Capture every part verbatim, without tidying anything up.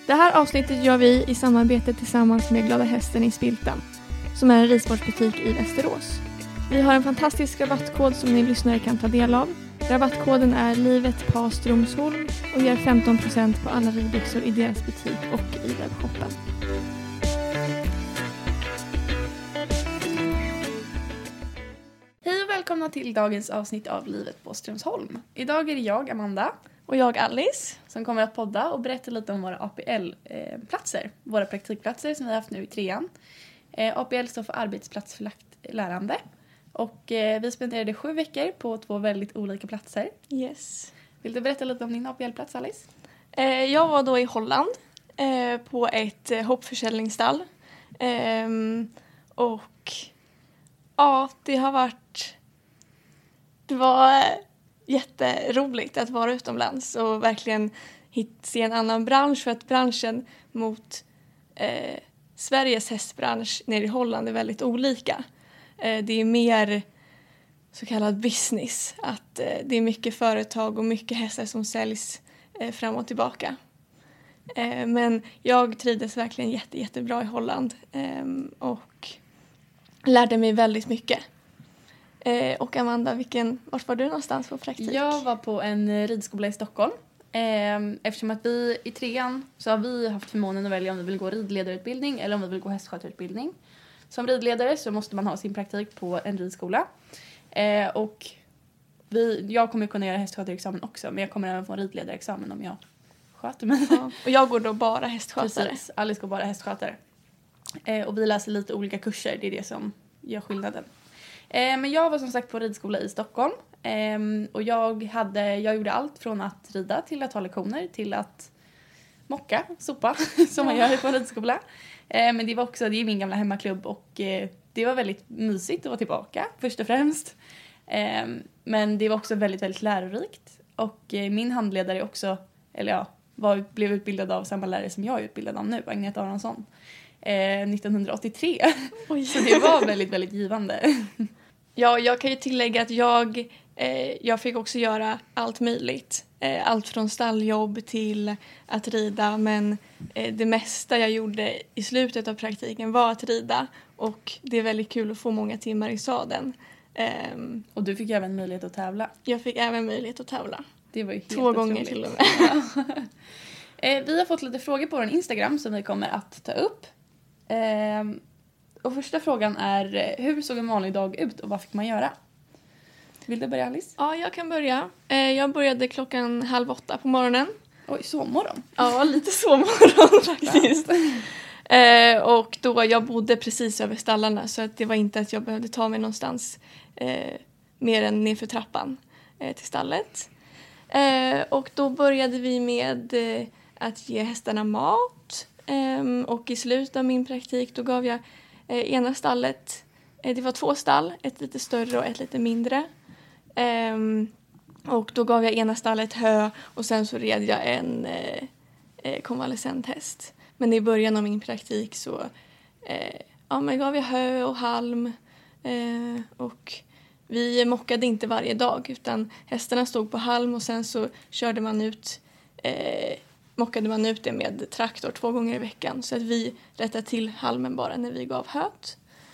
Det här avsnittet gör vi i samarbete tillsammans med Glada Hästen i Spiltan, som är en ridsportbutik i Västerås. Vi har en fantastisk rabattkod som ni lyssnare kan ta del av. Rabattkoden är livet på Strömsholm och ger femton procent på alla ridbyxor i deras butik och i webbshoppen. Hej och välkomna till dagens avsnitt av Livet på Strömsholm. Idag är det jag, Amanda, och jag, Alice, som kommer att podda och berätta lite om våra A P L-platser. Våra praktikplatser som vi har haft nu i trean. A P L står för arbetsplatsförlagt lärande. Och eh, vi spenderade sju veckor på två väldigt olika platser. Yes. Vill du berätta lite om din A P L-plats, Alice? Eh, jag var då i Holland eh, på ett eh, hoppförsäljningsstall. Eh, och ja, det har varit... Det var eh, jätteroligt att vara utomlands och verkligen hit, se en annan bransch. För att branschen mot eh, Sveriges hästbransch nere i Holland är väldigt olika. Det är mer så kallad business. Att det är mycket företag och mycket hästar som säljs fram och tillbaka. Men jag trivdes verkligen jätte, jättebra i Holland. Och lärde mig väldigt mycket. Och Amanda, vilken, vart var du någonstans på praktik? Jag var på en ridskola i Stockholm. Eftersom att vi i trean så har vi haft förmånen att välja om vi vill gå ridledarutbildning eller om vi vill gå hästskötarutbildning. Som ridledare så måste man ha sin praktik på en ridskola. Eh, och vi, jag kommer kunna göra hästskötarexamen också. Men jag kommer även få en ridledarexamen om jag sköter mig. Ja, och jag går då bara hästskötare. Precis, Alice går bara hästskötare. Eh, och vi läser lite olika kurser. Det är det som gör skillnaden. Eh, men jag var som sagt på ridskola i Stockholm. Eh, och jag, hade, jag gjorde allt från att rida till att ha lektioner. Till att mocka, sopa. Som man gör på en ridskola. Men det var också, det är min gamla hemmaklubb och det var väldigt mysigt att vara tillbaka först och främst. Men det var också väldigt, väldigt lärorikt. Och min handledare också, eller ja, var, blev utbildad av samma lärare som jag är utbildad av nu, Agneta Aronsson, nittonhundraåttiotre. Oj. Så det var väldigt, väldigt givande. Ja, jag kan ju tillägga att jag, eh, jag fick också göra allt möjligt. Eh, allt från stalljobb till att rida. Men eh, det mesta jag gjorde i slutet av praktiken var att rida. Och det är väldigt kul att få många timmar i sadeln. Eh, och du fick även möjlighet att tävla. Jag fick även möjlighet att tävla. Det var ju helt Två otroligt. gånger till och med. eh, vi har fått lite frågor på vår Instagram som vi kommer att ta upp. Eh, och första frågan är, hur såg en vanlig dag ut och vad fick man göra? Vill du börja, Alice? Ja, jag kan börja. Jag började klockan halv åtta på morgonen. Oj, sovmorgon? Ja, lite sovmorgon faktiskt. eh, och då, jag bodde precis över stallarna så att det var inte att jag behövde ta mig någonstans eh, mer än nerför trappan eh, till stallet. Eh, och då började vi med eh, att ge hästarna mat. Eh, och i slutet av min praktik då gav jag eh, ena stallet, eh, det var två stall, ett lite större och ett lite mindre. Um, och då gav jag ena stallet hö och sen så red jag en eh, konvalescent häst. Men i början av min praktik så eh, ja, men gav jag hö och halm eh, och vi mockade inte varje dag utan hästarna stod på halm och sen så körde man ut eh, mockade man ut det med traktor två gånger i veckan så att vi rättade till halmen bara när vi gav höt.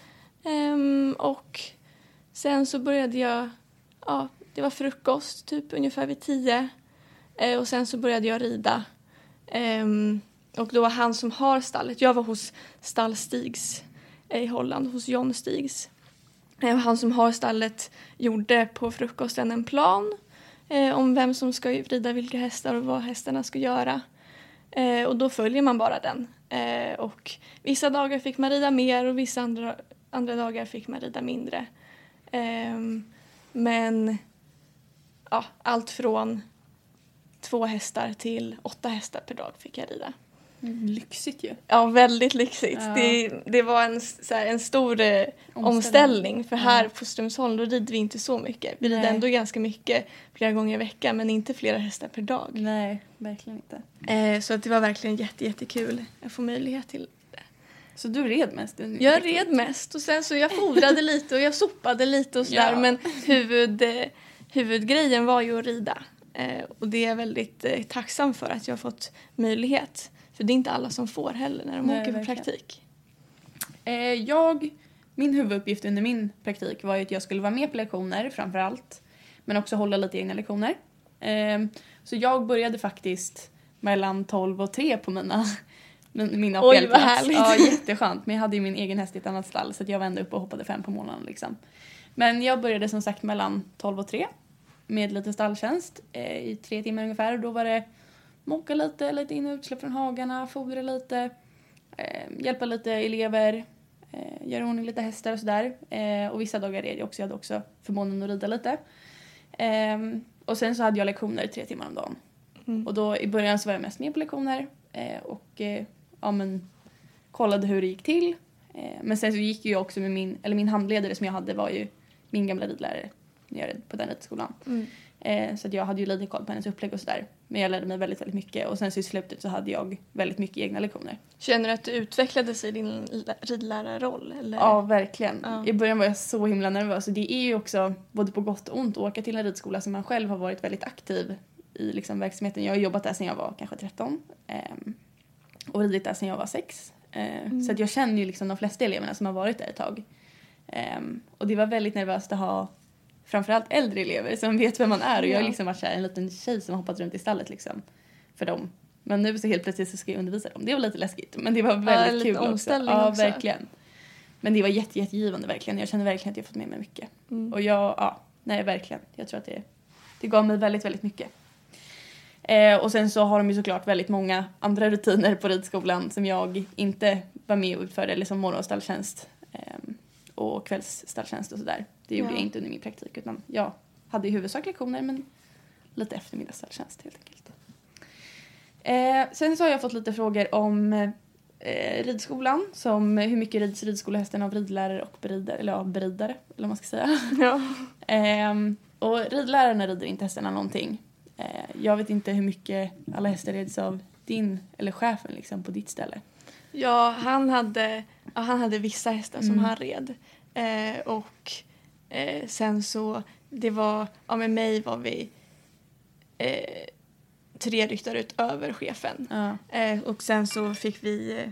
Um, och sen så började jag Ja, det var frukost typ ungefär vid tio. Eh, och sen så började jag rida. Eh, och då var han som har stallet. Jag var hos stall Stigs eh, i Holland, hos John Stigs. Eh, och han som har stallet gjorde på frukosten en plan. Eh, om vem som ska rida vilka hästar och vad hästarna ska göra. Eh, och då följer man bara den. Eh, och vissa dagar fick man rida mer och vissa andra, andra dagar fick man rida mindre. Eh, Men ja, allt från två hästar till åtta hästar per dag fick jag rida. Mm, lyxigt ju. Ja, väldigt lyxigt. Ja. Det, det var en, så här, en stor eh, omställning. omställning. För här ja. på Strömsholm då rider vi inte så mycket. Vi rider Nej. ändå ganska mycket flera gånger i veckan men inte flera hästar per dag. Nej, verkligen inte. Eh, så att det var verkligen jätte, jättekul att få möjlighet till det. Så du red mest? Jag red mest och sen så jag fodrade lite och jag sopade lite och sådär. Ja. Men huvud, huvudgrejen var ju att rida. Eh, och det är jag väldigt eh, tacksam för att jag har fått möjlighet. För det är inte alla som får heller när de Nej, åker på verkligen. praktik. Eh, jag, min huvuduppgift under min praktik var ju att jag skulle vara med på lektioner framför allt. Men också hålla lite egna lektioner. Eh, så jag började faktiskt mellan tolv och tre på mina, mina Oj, fjällplats. vad härligt. Ja, jätteskönt. Men jag hade ju min egen häst i ett annat stall så att jag var ändå uppe och hoppade fem på månaden liksom. Men jag började som sagt mellan tolv och tre med lite stalltjänst eh, i tre timmar ungefär. Och då var det mocka lite, lite in och utsläpp från hagarna, fodra lite, eh, hjälpa lite elever, eh, göra ordning lite hästar och sådär. Eh, och vissa dagar red jag också, jag hade också förmånen att rida lite. Eh, och sen så hade jag lektioner tre timmar om dagen. Mm. Och då i början så var jag mest med på lektioner eh, och eh, ja, men, kollade hur det gick till. Eh, men sen så gick jag också med min, eller min handledare som jag hade var ju min gamla ridlärare när jag red på den ridskolan. Mm. Eh, så att jag hade ju lite koll på hennes upplägg och sådär. Men jag lärde mig väldigt, väldigt mycket. Och sen så i slutet så hade jag väldigt mycket egna lektioner. Känner du att du utvecklades i din ridlärarroll? Eller? Ja, verkligen. Ja. I början var jag så himla nervös. Och det är ju också både på gott och ont att åka till en ridskola som man själv har varit väldigt aktiv i liksom verksamheten. Jag har jobbat där sedan jag var kanske tretton. Eh, och ridit där sedan jag var sex. Eh, mm. Så att jag känner ju liksom de flesta eleverna som har varit där ett tag. Eh, och det var väldigt nervöst att ha framförallt äldre elever som vet vem man är. Och jag har liksom varit så här, en liten tjej som har hoppat runt i stallet liksom, för dem. Men nu så helt plötsligt så ska jag undervisa dem. Det var lite läskigt, men det var väldigt ja, kul också. Ja, också. Verkligen. Men det var jätte, jättegivande verkligen. Jag känner verkligen att jag fått med mig mycket. Mm. Och jag, ja, nej verkligen. Jag tror att det, det gav mig väldigt, väldigt mycket. Eh, och sen så har de ju såklart väldigt många andra rutiner på ridskolan som jag inte var med och utförde. Eller som morgonstalltjänst eh, och kvällsstalltjänst och sådär. Det gjorde ja. jag inte under min praktik, utan jag hade i huvudsak lektioner men lite eftermiddagsstalltjänst helt enkelt. Eh, sen så har jag fått lite frågor om eh, ridskolan, som hur mycket rids ridskolehästen av ridlärare och beridare, eller ja, beridare, eller vad man ska säga. Ja. eh, och ridlärarna rider inte hästarna någonting. Eh, jag vet inte hur mycket alla hästar reds av din, eller chefen liksom, på ditt ställe. Ja, han hade, ja, han hade vissa hästar som mm. han red. Eh, och eh, sen så, det var, ja med mig var vi eh, tre ryttare utöver chefen. Ja. Eh, och sen så fick vi,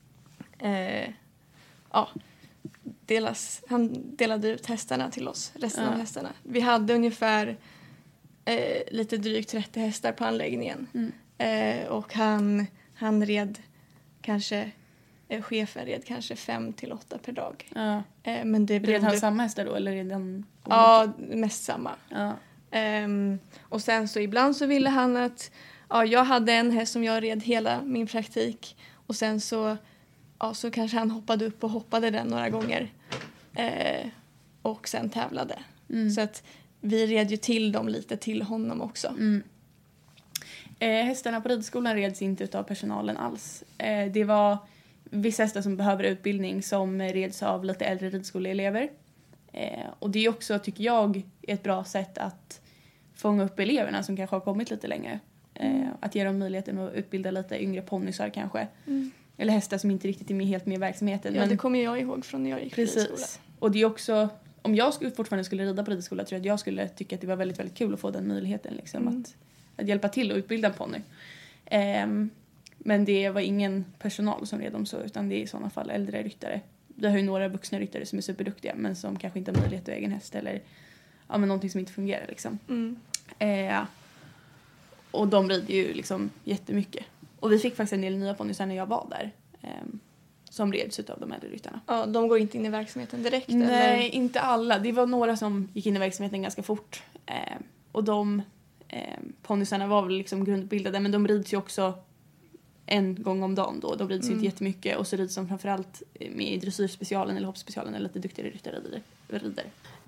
eh, ja, delas, han delade ut hästarna till oss, resten ja. av hästarna. Vi hade ungefär eh, lite drygt trettio hästar på anläggningen. Mm. Eh, och han, han red kanske, eh, chefen red kanske fem till åtta per dag. Ja. Eh, men det red han samma hästar då, eller red han? Ja, mest samma. Ja. Um, och sen så ibland så ville han att, ja, jag hade en häst som jag red hela min praktik. Och sen så, ja, så kanske han hoppade upp och hoppade den några gånger. Eh, och sen tävlade. Mm. Så att vi red ju till dem lite till honom också. Mm. Eh, hästarna på ridskolan reds inte utav personalen alls. Eh, det var vissa hästar som behöver utbildning som reds av lite äldre ridskoleelever. Eh, och det är också, tycker jag, ett bra sätt att fånga upp eleverna som kanske har kommit lite längre. Eh, mm. Att ge dem möjligheten att utbilda lite yngre ponnysar kanske. Mm. Eller hästar som inte riktigt är med, helt med i verksamheten. Ja, men, det kommer jag ihåg från när jag gick precis. ridskola. Och det är också, om jag skulle, fortfarande skulle rida på ridskola, tror jag att jag skulle tycka att det var väldigt, väldigt kul att få den möjligheten. Liksom, mm. att, att hjälpa till och utbilda en ponny. Eh, men det var ingen personal som red dem så, utan det är i sådana fall äldre ryttare. Vi har ju några vuxna ryttare som är superduktiga men som kanske inte har möjlighet att egen häst eller ja, men någonting som inte fungerar liksom. Mm. Eh, och de rider ju liksom jättemycket. Och vi fick faktiskt en del nya ponnysar när jag var där. Eh, som reds av de äldre ryttarna. Ja, de går inte in i verksamheten direkt? Nej, eller? inte alla. Det var några som gick in i verksamheten ganska fort. Eh, och de eh, ponnysarna var väl liksom grundutbildade, men de rids ju också en gång om dagen då. De rids mm. inte jättemycket. Och så rids de framförallt med i dressyrspecialen eller hoppspecialen eller lite duktigare ryttare rider.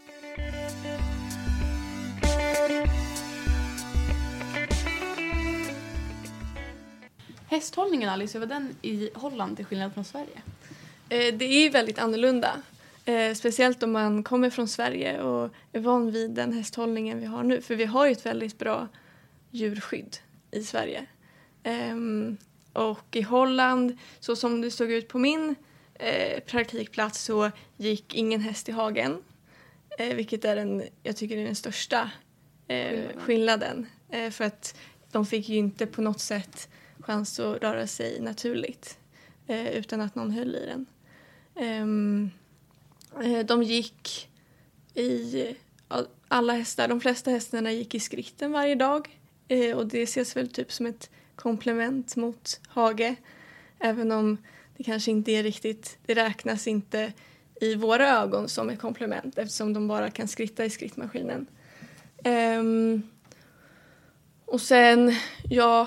Hästhållningen, Alice, var den i Holland till skillnad från Sverige? Eh, det är väldigt annorlunda. Eh, speciellt om man kommer från Sverige och är van vid den hästhållningen vi har nu. För vi har ju ett väldigt bra djurskydd i Sverige. Eh, och i Holland, så som det såg ut på min eh, praktikplats, så gick ingen häst i hagen. Eh, vilket är den, jag tycker är den största eh, skillnaden. Eh, för att de fick ju inte på något sätt chans att röra sig naturligt eh, utan att någon höll i den. Um, eh, de gick i alla hästar, de flesta hästarna gick i skritten varje dag eh, och det ses väl typ som ett komplement mot hage, även om det kanske inte är riktigt, det räknas inte i våra ögon som ett komplement eftersom de bara kan skritta i skrittmaskinen. Um, och sen, ja,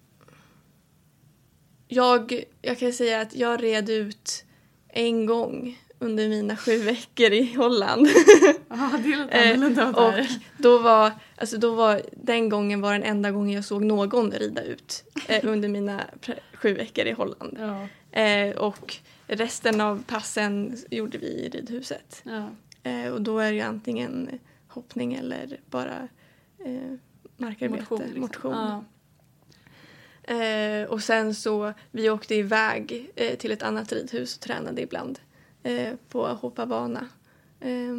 jag, jag kan säga att jag red ut en gång under mina sju veckor i Holland. Ja, det är lite annorlunda eh, och då var, alltså då var, den gången var den enda gången jag såg någon rida ut eh, under mina pre- sju veckor i Holland. Ja. Eh, och resten av passen gjorde vi i ridhuset. Ja. Eh, och då är det ju antingen hoppning eller bara eh, markarbete, Motion. Liksom. motion. Ja. Eh, och sen så, vi åkte iväg eh, till ett annat ridhus och tränade ibland eh, på hoppabana. Eh,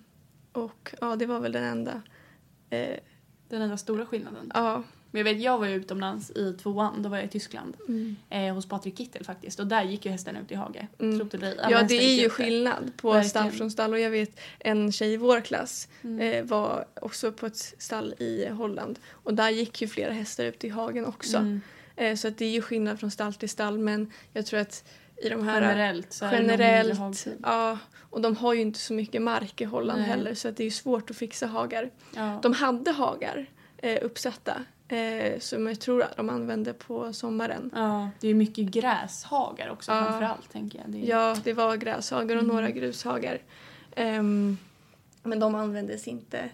och ja, det var väl den enda. Eh, Den enda stora skillnaden. ja. Men jag vet, jag var ju utomlands i tvåan, då var jag i Tyskland. Mm. Eh, hos Patrik Kittel faktiskt. Och där gick ju hästen ut i hage. Mm. Trodde det, Ja, det är ju skillnad på Verkligen. stall från stall. Och jag vet, en tjej i vår klass Mm. eh, var också på ett stall i Holland. Och där gick ju flera hästar ut i hagen också. Mm. Eh, så att det är ju skillnad från stall till stall. Men jag tror att i de här... Generellt så är det nog generellt, mindre hagtid. ja. Och de har ju inte så mycket mark i Holland Nej. heller. Så att det är ju svårt att fixa hagar. Ja. De hade hagar eh, uppsatta. Eh, som jag tror att de använde på sommaren. Ja, det är ju mycket gräshagar också Ja. framförallt, tänker jag. Det är... Ja, det var gräshagar och Mm. några grushagar. Ehm, men de användes inte,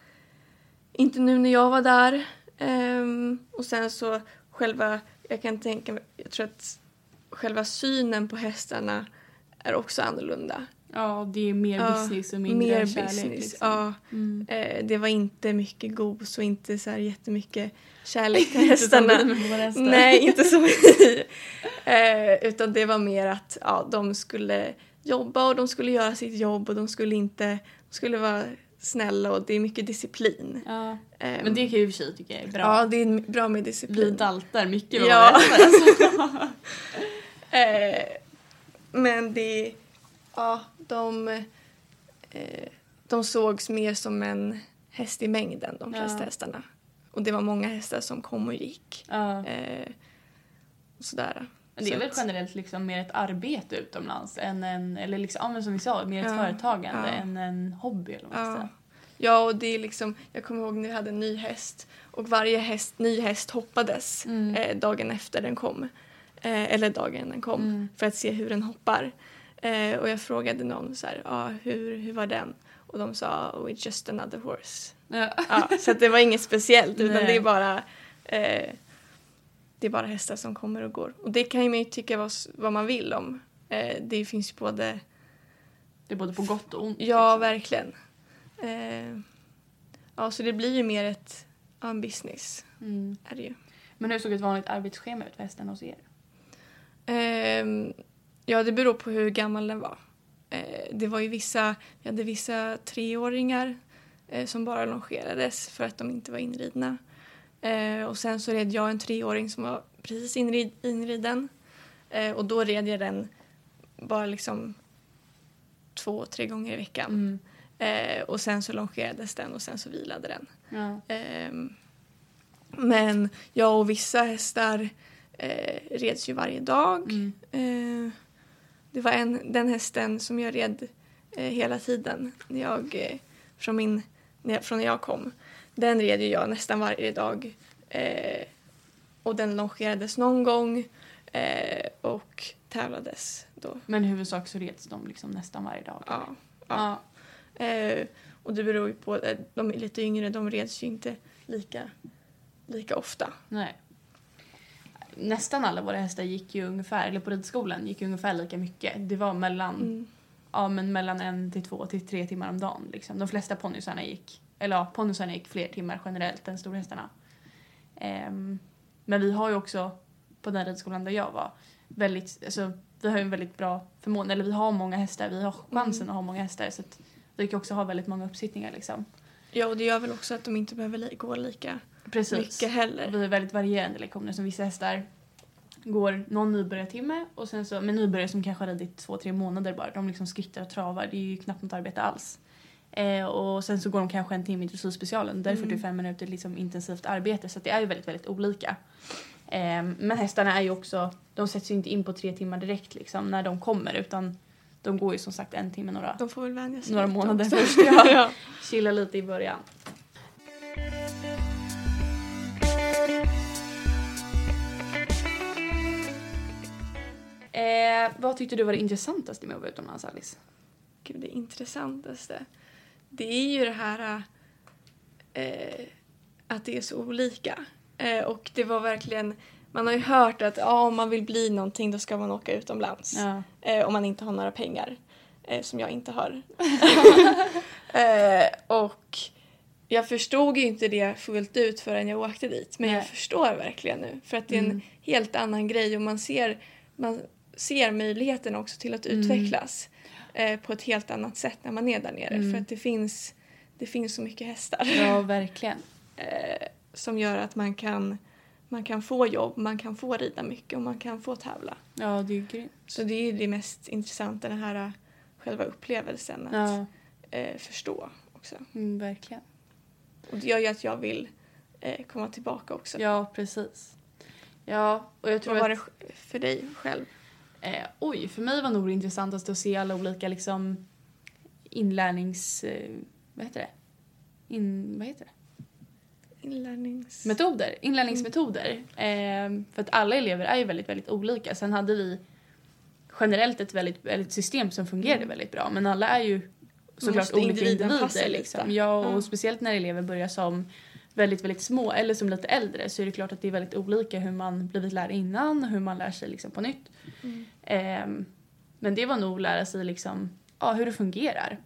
inte nu när jag var där. Ehm, och sen så själva, jag kan tänka mig, jag tror att själva synen på hästarna är också annorlunda. Ja, det är mer Ja, business och mindre mer kärlek. business, Liksom. ja. Mm. Eh, det var inte mycket gos och inte så här jättemycket kärlek till Inte som hästarna. vi med våra hästar. Nej, inte som vi. Eh, utan det var mer att ja, de skulle jobba och de skulle göra sitt jobb och de skulle inte, de skulle vara snälla och det är mycket disciplin. Ja. Eh, Men det kan jag i och för sig tycka är bra. Ja, det är bra med Vi disciplin. daltar mycket med Ja. våra hästar. Alltså. eh, men det, ja, de, eh, de sågs mer som en häst i mängden, de flesta Ja. hästarna. Och det var många hästar som kom och gick. Ja. Eh, och sådär. Men det är Så väl att- generellt liksom mer ett arbete utomlands än en, eller liksom, ja, men som vi sa, mer ett Ja, företagande ja. än en hobby eller vad man ska Ja. säga. Ja, och det är liksom, jag kommer ihåg när vi hade en ny häst och varje häst, ny häst hoppades Mm. eh, dagen efter den kom. Eh, eller dagen den kom Mm. för att se hur den hoppar. Eh, och jag frågade någon så här, ah, hur, hur var den? Och de sa, oh, it's just another horse. Ja. Ja, så att det var inget speciellt utan Nej. det är bara eh, det är bara hästar som kommer och går. Och det kan ju man ju tycka vad, vad man vill om. Eh, det finns ju både, Det är både på gott och ont. ja liksom. verkligen. Eh, ja, så det blir ju mer ett, ja, en business Mm. är det ju. Men hur såg ett vanligt arbetsschema ut för hästen hos er? Eh, ja, det beror på hur gammal den var. Eh, det var ju vissa, vi hade vissa treåringar eh, som bara longerades för att de inte var inridna. Eh, och sen så red jag en treåring som var precis inrid, inriden. Eh, och då red jag den bara liksom två, tre gånger i veckan. Mm. Eh, och sen så longerades den och sen så vilade den. Ja. Eh, men jag och vissa hästar eh, reds ju varje dag. Mm. Eh, det var en, den hästen som jag red eh, hela tiden när jag, eh, från, min, när jag, från när jag kom. Den red ju jag nästan varje dag. Eh, och den longerades någon gång eh, och tävlades då. Men i huvudsak så reds de liksom nästan varje dag. Ja, Ja. ja. Eh, och det beror ju på, eh, de är lite yngre, de reds ju inte lika, lika ofta. Nej. Nästan alla våra hästar gick ju ungefär, eller på ridskolan gick ju ungefär lika mycket. Det var mellan, Mm. ja, men mellan en till två till tre timmar om dagen. Liksom. De flesta ponnysarna gick, eller ja, ponnysarna gick fler timmar generellt än storhästarna. Ehm, men vi har ju också, på den ridskolan där jag var, väldigt, alltså, vi har ju en väldigt bra förmån, eller vi har många hästar, vi har chansen Mm. att ha många hästar så att vi kan också ha väldigt många uppsittningar liksom. Ja, och det gör väl också att de inte behöver li- gå lika Precis. mycket heller. Vi har väldigt varierande lektioner som vissa hästar går någon nybörjartimme och sen så, med nybörjare som kanske har ridit två, tre månader bara. De liksom skrittar och travar. Det är ju knappt något arbete alls. Eh, och sen så går de kanske en timme i dressyrspecialen. Där är Mm. fyrtiofem minuter liksom intensivt arbete. Så att det är ju väldigt, väldigt olika. Eh, men hästarna är ju också, de sätts ju inte in på tre timmar direkt liksom när de kommer. Utan de går ju som sagt en timme några, De får väl vänja sig några lite månader också. först. Ja. Ja. Chilla lite i början. Eh, vad tyckte du var det intressantaste med att vara utomlands, Alice? Gud, det intressantaste. Det är ju det här eh, att det är så olika. Eh, och det var verkligen, man har ju hört att ja, om man vill bli någonting då ska man åka utomlands. Ja. Eh, om man inte har några pengar. Eh, som jag inte har. eh, och jag förstod ju inte det fullt ut förrän jag åkte dit. Men Nej. jag förstår verkligen nu. För att det är en Mm. helt annan grej. Och man ser, man ser möjligheten också till att Mm. utvecklas. Eh, på ett helt annat sätt när man är där nere. Mm. För att det finns, det finns så mycket hästar. Ja, verkligen. eh, som gör att man kan, man kan få jobb. Man kan få rida mycket. Och man kan få tävla. Ja, det är ju grymt. Så det är ju det mest intressanta. Den här eh, själva upplevelsen. Att Ja, eh, förstå också. mm, verkligen. Och det gör ju att jag vill eh, komma tillbaka också. Ja, precis. Ja, och jag tror Vad var att... det för dig själv? Eh, oj, för mig var nog det intressantaste att se alla olika liksom inlärnings... Eh, vad heter det? In, vad heter det? Inlärnings... Metoder. Inlärningsmetoder. Eh, för att alla elever är ju väldigt, väldigt olika. Sen hade vi generellt ett väldigt, väldigt system som fungerade Mm. väldigt bra. Men alla är ju såklart måste olika individen passa individer. lite. Liksom. Ja, och Ja. speciellt när elever börjar som väldigt, väldigt små eller som lite äldre så är det klart att det är väldigt olika hur man blivit lärd innan och hur man lär sig liksom på nytt. Mm. Eh, men det var nog att lära sig liksom, ja, hur det fungerar.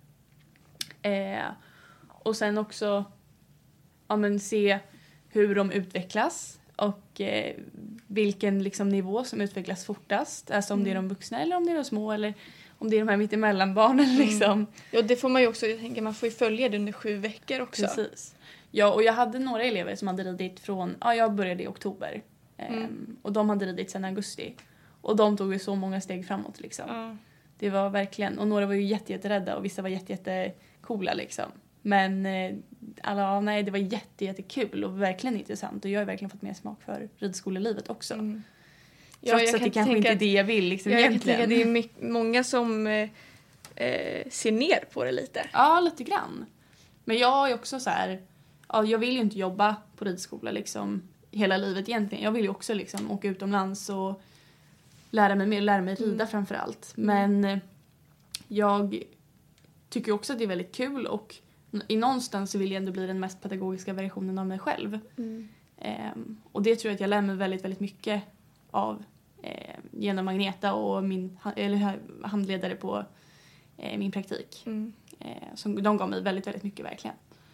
Eh, och sen också ja, men se hur de utvecklas och eh, vilken liksom, nivå som utvecklas fortast. Alltså om Mm. det är de vuxna eller om det är de små eller om det är de här mittemellanbarnen. Mm. Liksom. Ja, det får man ju också, jag tänker man får ju följa det under sju veckor också. Precis. Ja, och jag hade några elever som hade ridit från, ja jag började i oktober. Ehm, Mm. och de hade ridit sedan augusti. Och de tog ju så många steg framåt liksom. Ja. Det var verkligen, och några var ju jätte, jätterädda och vissa var jätte, jätte coola liksom. Men eh, alla, nej, det var jätte, jättekul och verkligen intressant. Och jag har verkligen fått mer smak för ridskolelivet också. Mm. Trots jag att det kan kanske inte är tänka det jag vill liksom Jag kan egentligen. tänka att det är mycket, många som eh, eh, ser ner på det lite. Ja, lite grann. Men jag är också så här, ja, jag vill ju inte jobba på ridskola liksom hela livet egentligen. Jag vill ju också liksom åka utomlands och lära mig mer, lära mig rida Mm. framför allt. Men eh, jag tycker också att det är väldigt kul och i någonstans så vill jag ändå bli den mest pedagogiska versionen av mig själv. Mm. Ehm, och det tror jag att jag lär mig väldigt, väldigt mycket av eh, genom Magneta och min ha- eller handledare på eh, min praktik. Mm. Eh, som de gav mig väldigt, väldigt mycket verkligen.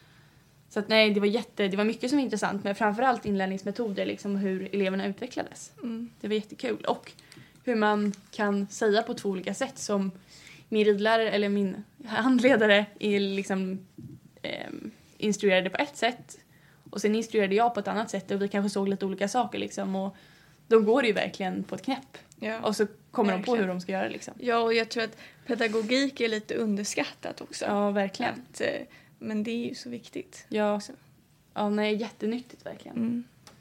Så att nej, det var jätte, det var mycket som var intressant, men framförallt inlärningsmetoder, liksom hur eleverna utvecklades. Mm. Det var jättekul. Och hur man kan säga på två olika sätt som min ridlärare eller min handledare är liksom, eh, instruerade på ett sätt och sen instruerade jag på ett annat sätt och vi kanske såg lite olika saker liksom och då går det ju verkligen på ett knäpp. Ja. Och så kommer de Verkligen. på hur de ska göra liksom. ja, och jag tror att pedagogik är lite underskattat också. Ja, verkligen. Att, eh, men det är ju så viktigt. Ja, också. ja nej, jättenyttigt verkligen. Mm.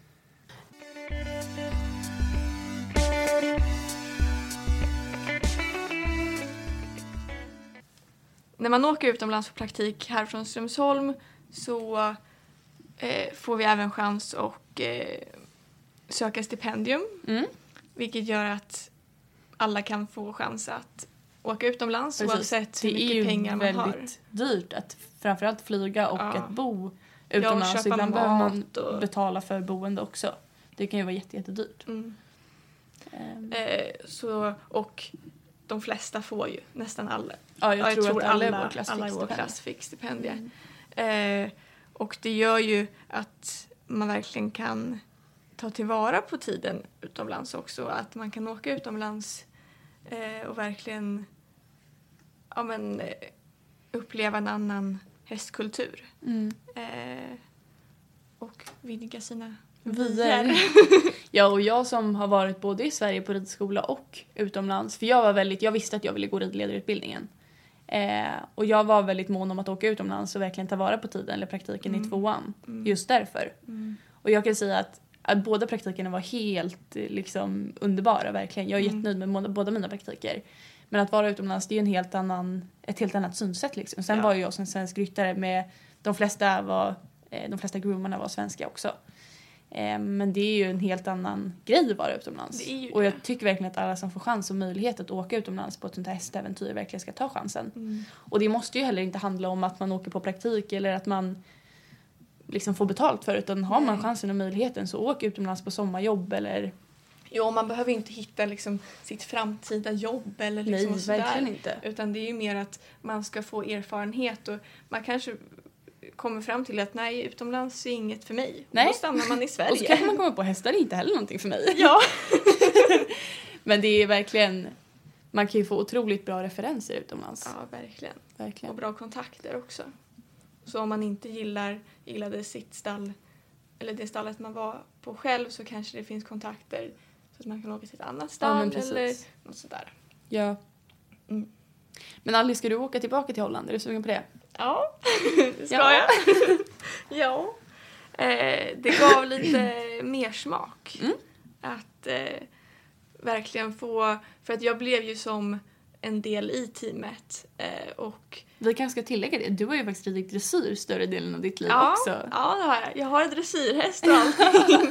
När man åker utomlands på praktik här från Strömsholm så eh, får vi även chans att eh, söka stipendium. Mm. Vilket gör att alla kan få chans att åka utomlands Precis. oavsett hur Det är mycket ju pengar man har. väldigt dyrt att framförallt flyga och Ja. att bo Ja, utomlands. och Så köpa ibland behöver man mat och- betala för boende också. Det kan ju vara jätte, jättedyrt. Mm. Ehm, Eh, så, och de flesta får ju, nästan alla. ja, jag, Ja, tror, att alla i vår klass alla fick i vår stipendium. klass fick stipendier. Mm. Eh, och det gör ju att man verkligen kan ta tillvara på tiden utomlands också. Att man kan åka utomlands eh, och verkligen ja, men, eh, uppleva en annan hästkultur. Mm. Eh, och vidga sina Vyer. Ja, och jag som har varit både i Sverige på ridskola och utomlands. För jag var väldigt, jag visste att jag ville gå ridledarutbildningen. Eh, och jag var väldigt mån om att åka utomlands och verkligen ta vara på tiden eller praktiken mm. i tvåan. Mm. Just därför. Mm. Och jag kan säga att, att båda praktikerna var helt liksom, underbara, verkligen. Jag är mm. jättenöjd med båda, båda mina praktiker. Men att vara utomlands, det är ju en helt annan, ett helt annat synsätt. Liksom. Sen ja. var jag som svensk ryttare med de flesta, var, eh, de flesta groomarna var svenska också. Eh, men det är ju en helt annan grej att vara utomlands. Och jag tycker verkligen att alla som får chans och möjlighet att åka utomlands på ett sånt här hästäventyr verkligen ska ta chansen. Mm. Och det måste ju heller inte handla om att man åker på praktik eller att man liksom får betalt för det. Utan har man chansen och möjligheten så åk utomlands på sommarjobb eller... Jo, man behöver inte hitta liksom sitt framtida jobb eller liksom Nej, sådär. Verkligen inte. Utan det är ju mer att man ska få erfarenhet och man kanske kommer fram till att nej, utomlands är inget för mig. Nej. Då stannar man i Sverige. Och så kan man komma på hästar är inte heller någonting för mig. Ja. Men det är verkligen, man kan ju få otroligt bra referenser utomlands. Ja, verkligen. verkligen. Och bra kontakter också. Så om man inte gillar, gillade sitt stall eller det stallet man var på själv så kanske det finns kontakter så att man kan åka till ett annat stall ja, eller något sådär. Ja. Mm. Men Alice, ska du åka tillbaka till Holland? Är du sugen på det? Ja, det ska ja. jag. ja. Eh, det gav lite mer smak. Mm. Att eh, verkligen få... För att jag blev ju som en del i teamet. Eh, och vi kanske ska tillägga det. Du har ju faktiskt ridit dressyr större delen av ditt liv ja, också. Ja, det har jag. Jag har en dressyrhäst och allting.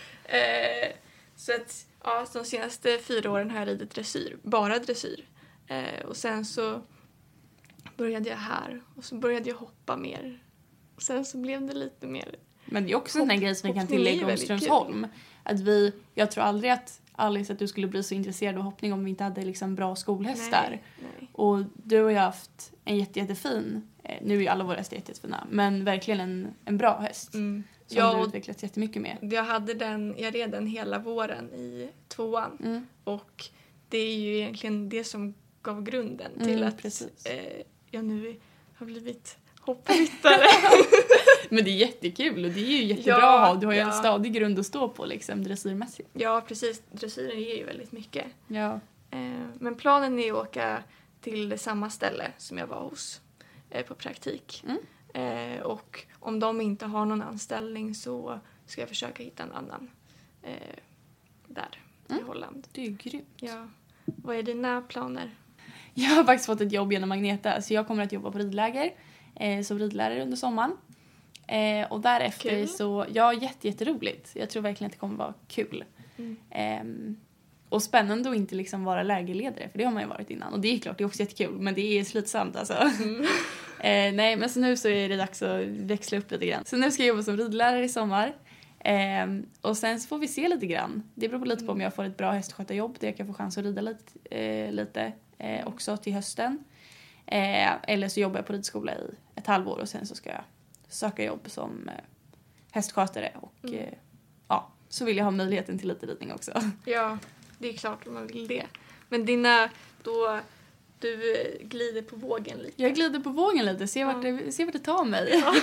eh, så att ja, de senaste fyra åren har jag ridit dressyr. Bara dressyr. Eh, och sen så började jag här. Och så började jag hoppa mer. Och sen så blev det lite mer... Men det är också en sån grej som vi kan tillägga om Strömsholm. Att vi, jag tror aldrig att Alice att du skulle bli så intresserad av hoppning om vi inte hade liksom bra skolhästar. Nej, nej. Och du har ju haft en jätte, jättefin, eh, nu är ju alla våra hästar jättefina, men verkligen en, en bra häst. Mm. Som ja, du har utvecklats jättemycket med. Jag hade den, jag red den hela våren i tvåan. Mm. Och det är ju egentligen det som gav grunden till mm, att eh, jag nu har blivit hoppryttare. Men det är jättekul och det är ju jättebra ja, att ha. Du har ju ja. en stadig grund att stå på liksom, dressyrmässigt. Ja, precis. Dressyren ger ju väldigt mycket. Ja. Eh, men planen är att åka till samma ställe som jag var hos eh, på praktik. Mm. Eh, och om de inte har någon anställning så ska jag försöka hitta en annan eh, där mm. i Holland. Det är ju grymt. Ja. Vad är dina planer? Jag har faktiskt fått ett jobb genom Magneta så jag kommer att jobba på ridläger eh, som ridlärare under sommaren. Eh, och därefter kul. så, ja, jätte, jätteroligt. Jag tror verkligen att det kommer vara kul. Mm. Eh, och spännande att inte liksom vara lägerledare, för det har man ju varit innan. Och det är klart, det är också jättekul, men det är slitsamt alltså. Mm. eh, nej, men så nu så är det dags att växla upp lite grann. Så nu ska jag jobba som ridlärare i sommar. Eh, och sen så får vi se lite grann. Det beror på lite på om jag får ett bra hästskötarjobb där jag kan få chans att rida lite, eh, lite eh, också till hösten. Eh, eller så jobbar jag på ridskola i ett halvår och sen så ska jag söka jobb som eh, hästskötare och mm. eh, ja, så vill jag ha möjligheten till lite ridning också. Ja, det är klart om man vill det. Men dina, då, du glider på vågen lite. Jag glider på vågen lite, se vart, ja. det, se vart det tar mig. Ja.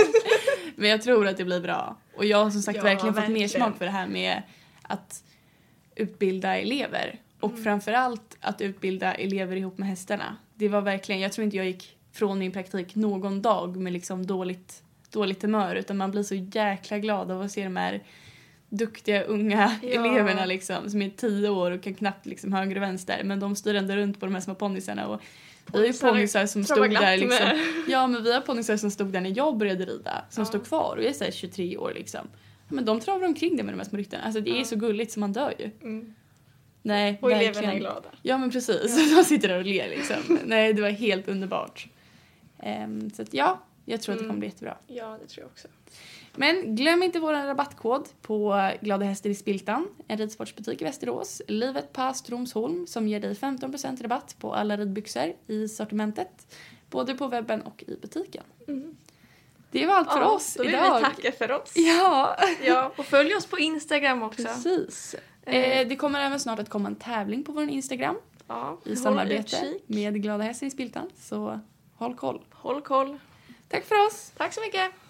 Men jag tror att det blir bra. Och jag har som sagt ja, verkligen, verkligen fått mer smak för det här med att utbilda elever. Och mm. framförallt att utbilda elever ihop med hästarna. Det var verkligen, jag tror inte jag gick från min praktik någon dag med liksom dåligt, dåligt humör. Utan man blir så jäkla glad av att se de här duktiga unga ja. eleverna liksom, som är tio år och kan knappt liksom höger och vänster. Men de styr ändå runt på de här små ponnysarna. Och vi har ju ponnysar som stod där liksom. Ja, men vi har ponnysar som stod där när jag började rida. Som ja. stod kvar och jag är så här tjugotre år liksom. Men de travar omkring det med de här små ryttarna. Alltså det ja. är så gulligt som man dör ju. Mm. Nej, och verkligen. eleverna är glada. Ja, men precis. Ja. De sitter där och ler liksom. Nej, det var helt underbart. Um, så att ja, jag tror mm. att det kommer bli jättebra. Ja, det tror jag också. Men glöm inte vår rabattkod på Glada Hästar i Spiltan, en ridsportsbutik i Västerås. Livet på Strömsholm som ger dig femton procent rabatt på alla ridbyxor i sortimentet. Både på webben och i butiken. Mm. Det var allt ja, för oss då idag. Då vill vi tacka för oss. Ja. Ja, och följ oss på Instagram också. Precis. Eh, det kommer även snart att komma en tävling på vår Instagram. Ja, i samarbete med Glada Hästar i Spiltan. Så håll koll. Håll koll. Tack för oss. Tack så mycket.